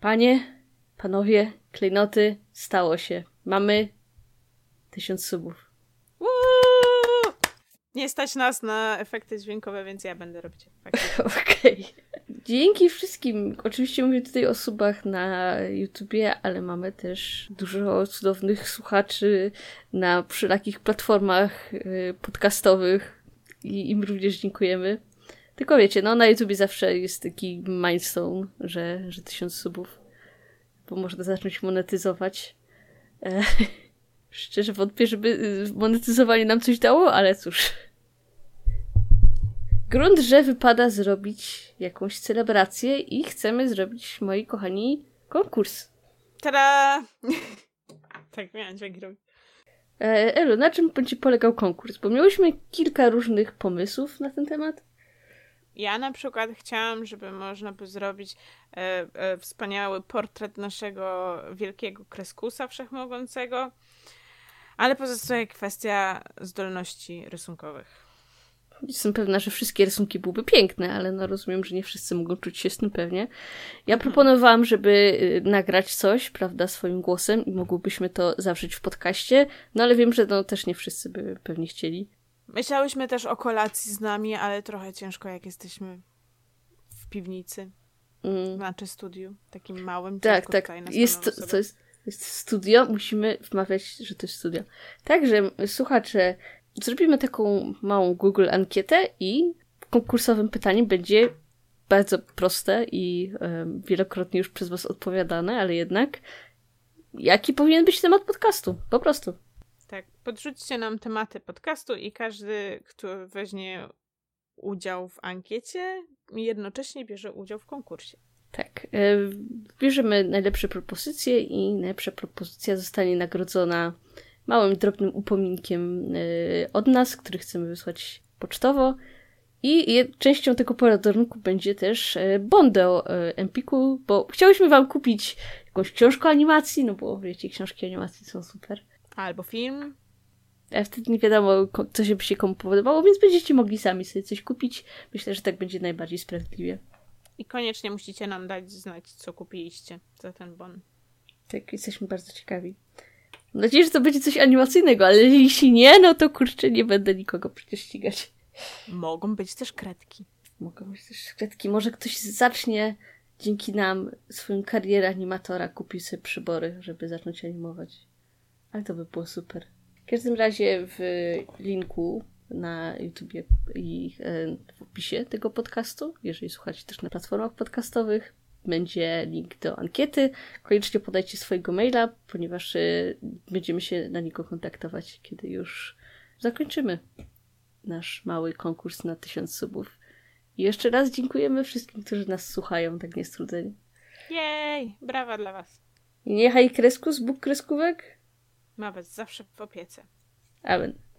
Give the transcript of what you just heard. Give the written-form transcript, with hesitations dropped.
Panie, panowie, klejnoty, stało się. Mamy 1000 subów. Nie stać nas na efekty dźwiękowe, więc ja będę robić efekty. Okej. Dzięki wszystkim. Oczywiście mówię tutaj o subach na YouTubie, ale mamy też dużo cudownych słuchaczy na wszelakich platformach podcastowych i im również dziękujemy. Tylko wiecie, no na YouTubie zawsze jest taki milestone, że 1000 subów, bo można zacząć monetyzować. Szczerze wątpię, żeby monetyzowanie nam coś dało, ale cóż. Grunt, że wypada zrobić jakąś celebrację i chcemy zrobić, moi kochani, konkurs. Tada! Tak, miałam dźwięki robić. Elu, na czym będzie polegał konkurs? Bo miałyśmy kilka różnych pomysłów na ten temat. Ja na przykład chciałam, żeby można by zrobić wspaniały portret naszego wielkiego Kreskusa wszechmogącego, ale pozostaje kwestia zdolności rysunkowych. Jestem pewna, że wszystkie rysunki byłyby piękne, ale no rozumiem, że nie wszyscy mogą czuć się z tym pewnie. Ja proponowałam, żeby nagrać coś, prawda, swoim głosem i mogłybyśmy to zawrzeć w podcaście, no ale wiem, że no też nie wszyscy by pewnie chcieli. Myślałyśmy też o kolacji z nami, ale trochę ciężko, jak jesteśmy w piwnicy. Znaczy studiu, takim małym. Tak. Jest studio, musimy wmawiać, że to jest studio. Także, słuchacze, zrobimy taką małą Google ankietę i konkursowym pytaniem będzie bardzo proste i wielokrotnie już przez was odpowiadane, ale jednak jaki powinien być temat podcastu? Po prostu. Tak, podrzućcie nam tematy podcastu i każdy, kto weźmie udział w ankiecie, jednocześnie bierze udział w konkursie. Tak. Bierzemy najlepsze propozycje i najlepsza propozycja zostanie nagrodzona małym, drobnym upominkiem od nas, który chcemy wysłać pocztowo. I częścią tego poradunku będzie też bondę o Empiku, bo chciałyśmy wam kupić jakąś książkę animacji, no bo wiecie, książki animacji są super. Albo film. A wtedy nie wiadomo, co by się komu podobało, więc będziecie mogli sami sobie coś kupić. Myślę, że tak będzie najbardziej sprawiedliwie. I koniecznie musicie nam dać znać, co kupiliście za ten bon. Tak, jesteśmy bardzo ciekawi. Mam nadzieję, że to będzie coś animacyjnego, ale jeśli nie, no to kurczę, nie będę nikogo przecież ścigać. Mogą być też kredki. Mogą być też kredki. Może ktoś zacznie dzięki nam swoją karierę animatora, kupi sobie przybory, żeby zacząć animować. Ale to by było super. W każdym razie w linku na YouTubie i w opisie tego podcastu, jeżeli słuchacie też na platformach podcastowych, będzie link do ankiety. Koniecznie podajcie swojego maila, ponieważ będziemy się na niego kontaktować, kiedy już zakończymy nasz mały konkurs na 1000 subów. I jeszcze raz dziękujemy wszystkim, którzy nas słuchają tak niestrudzeni. Jej! Brawa dla was. I niechaj Kreskus, Bóg kreskówek, Ma was zawsze w opiece. amen.